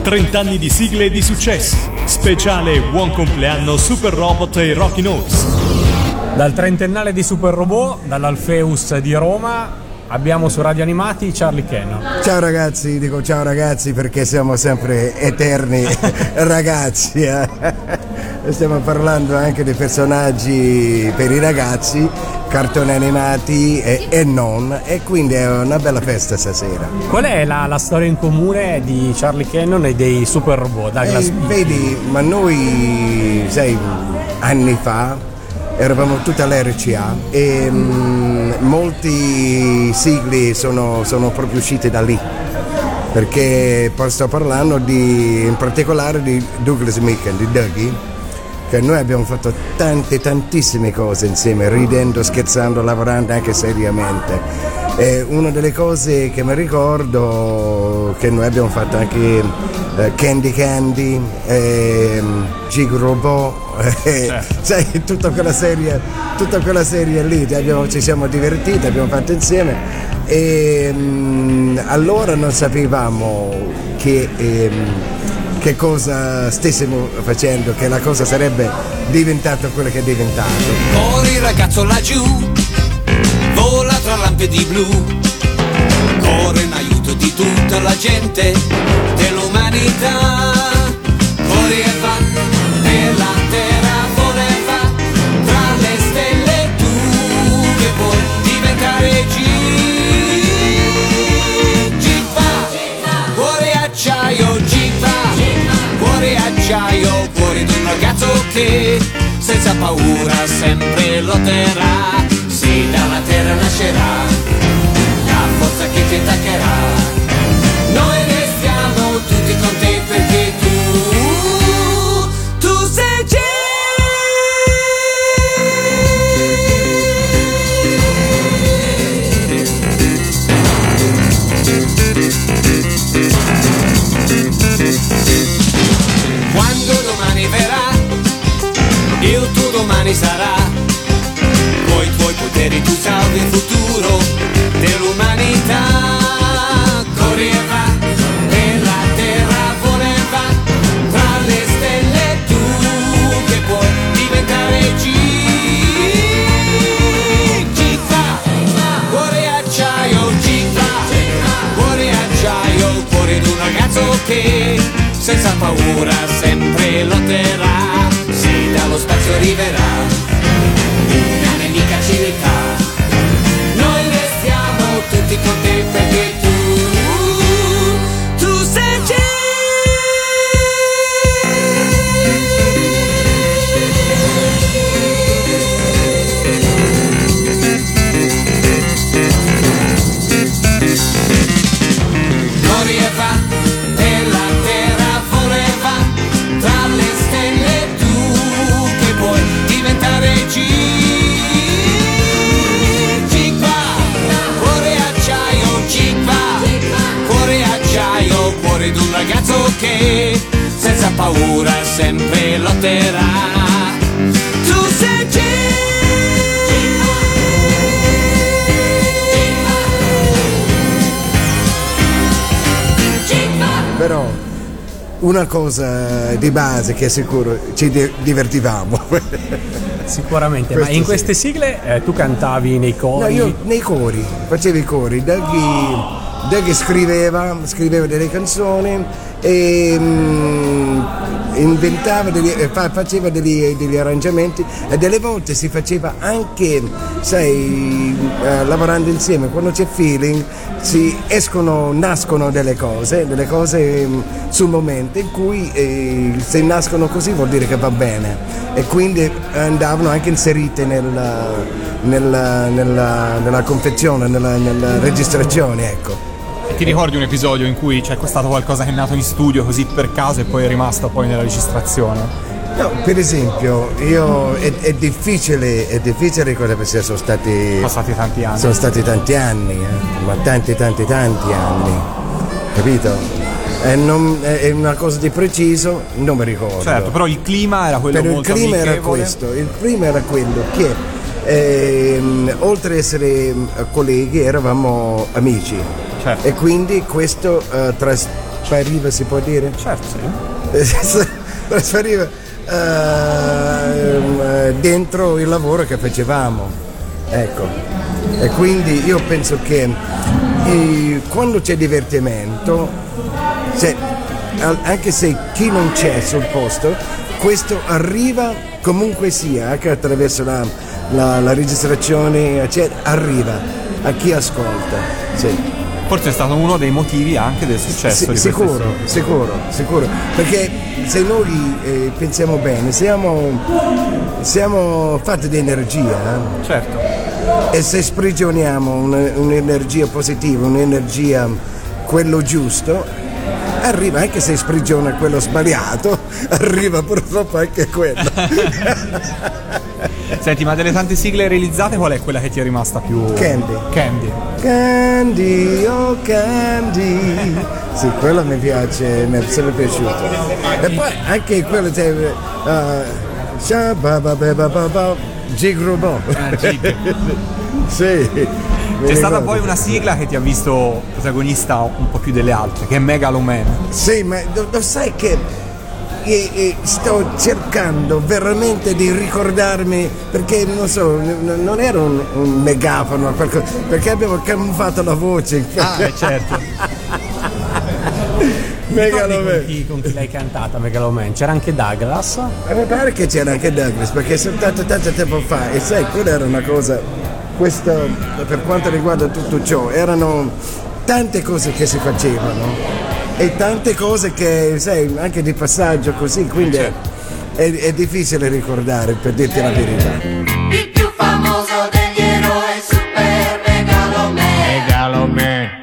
30 anni di sigle e di successi. Speciale buon compleanno Super Robot e Rocky Notes. Dal trentennale di Super Robot, dall'Alpheus di Roma, abbiamo su Radio Animati Charlie Cannon. Ciao ragazzi, dico ciao ragazzi perché siamo sempre eterni ragazzi. Stiamo parlando anche di personaggi per i ragazzi, cartoni animati e non, e quindi è una bella festa stasera. Qual è la storia in comune di Charlie Cannon e dei Super Robot? Vedi, ma noi 6 anni fa eravamo tutti all'RCA e molti sigli sono proprio usciti da lì, perché poi sto parlando in particolare di Douglas Micken, di Dougie, che noi abbiamo fatto tantissime cose insieme, ridendo, scherzando, lavorando anche seriamente. E una delle cose che mi ricordo che noi abbiamo fatto anche Candy, Gig Robot, sai, tutta quella serie lì, ci siamo divertiti, abbiamo fatto insieme e allora non sapevamo che cosa stessimo facendo, che la cosa sarebbe diventata quello che è diventato. Corri ragazzo laggiù, vola tra lampadi blu, corre in aiuto di tutta la gente dell'umanità. Corri e va per la terra, vola e va tra le stelle, tu che vuoi diventare cuore acciaio, cuore acciaio, cuore di un ragazzo che senza paura sempre lotterà. Sì, dalla terra nascerà la forza che ti attaccherà. Noi restiamo tutti con te perché tu sei Quando domani verrà, il tuo domani sarà, coi tuoi poteri tu salvi il futuro dell'umanità. Corri e va per la terra, vola e va tra le stelle, tu che puoi diventare cuore acciaio, cuore acciaio, cuore di un ragazzo che senza paura sempre lotterà. Sì, dallo spazio arriverà una nemica civiltà. Noi restiamo tutti con te perché tu sei Corri e va per la terra, vola e va tra le stelle, tu che puoi diventare cuore acciaio, cuore di un ragazzo che senza paura sempre lotterà. Tu sei Però una cosa di base che è sicuro, ci divertivamo. Sicuramente. Questo Ma in sì. queste sigle tu cantavi nei cori? No, io nei cori, facevo i cori. Dougie scriveva delle canzoni e inventava faceva degli arrangiamenti e delle volte si faceva anche, sai, lavorando insieme, quando c'è feeling nascono delle cose sul momento in cui se nascono così vuol dire che va bene, e quindi andavano anche inserite nella confezione, nella registrazione, ecco. Ti ricordi un episodio in cui c'è stato qualcosa che è nato in studio così per caso e poi è rimasto poi nella registrazione? No, per esempio, è difficile cosa, perché sono stati tanti anni. Sono stati tanti anni, ma tanti anni, capito? È una cosa di preciso, non mi ricordo. Certo, però il clima era quello molto amichevole. Il clima era quello che oltre ad essere colleghi eravamo amici. Certo. E quindi questo Trasferiva, si può dire? Certo, sì. Trasferiva dentro il lavoro che facevamo, ecco. E quindi io penso che quando c'è divertimento, anche se chi non c'è sul posto, questo arriva comunque sia, anche attraverso la registrazione, arriva a chi ascolta. Sì. Forse è stato uno dei motivi anche del successo di sicuro, perché se noi pensiamo bene, siamo fatti di energia, certo, e se sprigioniamo un'energia positiva, un'energia quello giusto, arriva, anche se sprigiona quello sbagliato, arriva purtroppo anche quello. Senti, ma delle tante sigle realizzate qual è quella che ti è rimasta più? Candy, oh Candy. Sì, quella mi piace, mi è sempre piaciuta. E poi anche quello Jig Robot. Sì. C'è stata poi una sigla che ti ha visto protagonista un po' più delle altre, che è Megaloman. Sì, ma lo sai che sto cercando veramente di ricordarmi, perché non so, non era un megafono o qualcosa, perché abbiamo camuffato la voce. Certo. Megaloman. Con chi l'hai cantata Megaloman? C'era anche Douglas? Mi pare che c'era anche Douglas, perché soltanto tanto tempo fa, e sai, quella era una cosa, questo per quanto riguarda tutto ciò, erano tante cose che si facevano e tante cose che, sai, anche di passaggio così, quindi è difficile ricordare, per dirti la verità. Il più famoso degli eroi, Super Megaloman.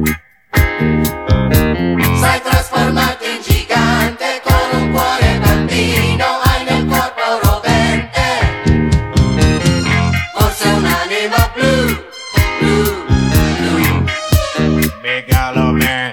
Sai trasformarti in gigante con un cuore bambino, hai nel corpo rovente, forse un'anima blu. Megaloman.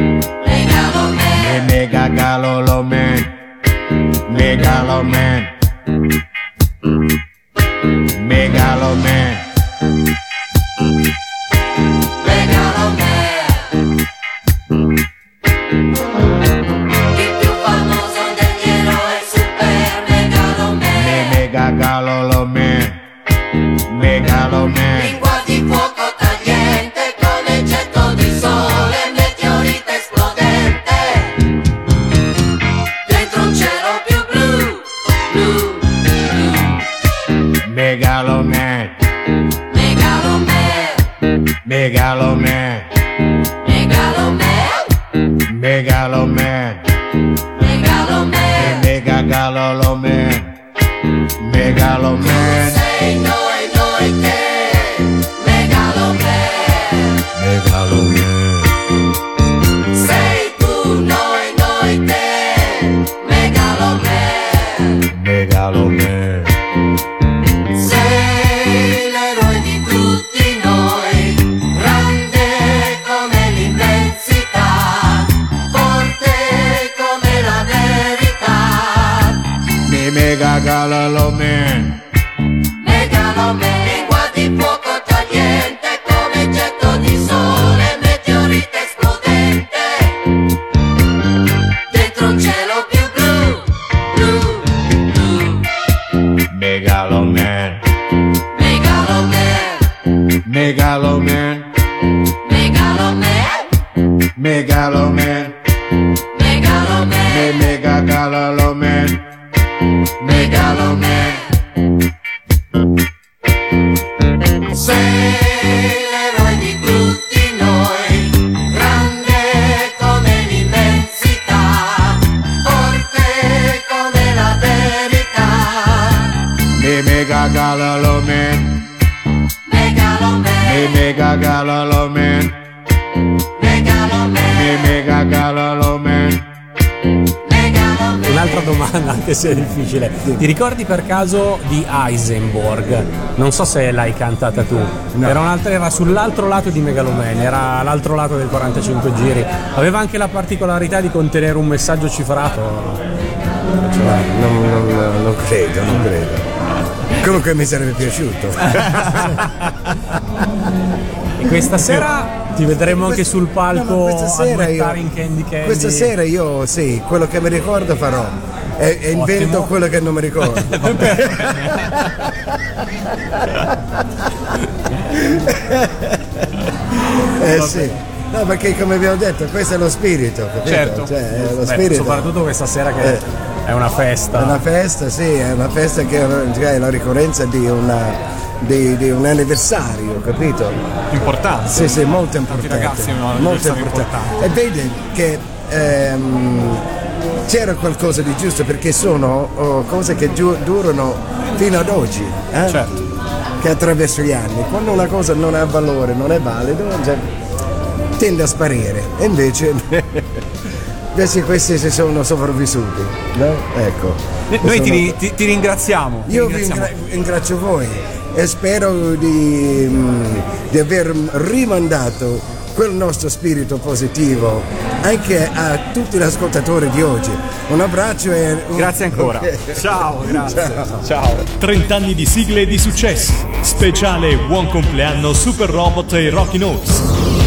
Il più famoso degli eroi, Super Megaloman. Lingua di fuoco tagliente, come getto di sole, meteorite esplodente, dentro un cielo più blu. Megaloman. Sei noi te, Megaloman. Sei tu, noi te, Megaloman. Sei l'eroe di tutti noi, grande come l'immensità, forte come la verità. Megaloman. Lingua di fuoco tagliente, come getto di sole, meteorite esplodente, dentro un cielo più blu. Megaloman. Sei l'eroe di tutti noi, grande come l'immensità, forte come la verità. Un'altra domanda, anche se è difficile. Ti ricordi per caso di Heisenberg? Non so se l'hai cantata tu. No. Era sull'altro lato di Megaloman, era all'altro lato del 45 giri. Aveva anche la particolarità di contenere un messaggio cifrato. Non credo. Comunque mi sarebbe piaciuto. E questa sera ti vedremo anche sul palco questa a sera duettare in Candy Candy. Questa sera io sì, quello che mi ricordo farò. E invento quello che non mi ricordo. Sì. No, perché come abbiamo detto, questo è lo spirito, capito? Certo. Cioè, è lo Beh, spirito. soprattutto questa sera che è una festa. È una festa, sì, è una festa che è la ricorrenza di un anniversario, capito? Importante. Sì, molto importante. Tanti ragazzi hanno un molto anniversario importante. E vedi che c'era qualcosa di giusto, perché sono cose che durano fino ad oggi, Certo. che attraverso gli anni. Quando una cosa non ha valore, non è valido, tende a sparire. E invece questi si sono sopravvissuti, no? Ecco. Noi ti ringraziamo. Io vi ringrazio voi e spero di aver rimandato quel nostro spirito positivo anche a tutti gli ascoltatori di oggi. Un abbraccio e Grazie ancora. Ciao, grazie. Ciao. 30 anni di sigle e di successi. Speciale buon compleanno Super Robot e Rocky Notes.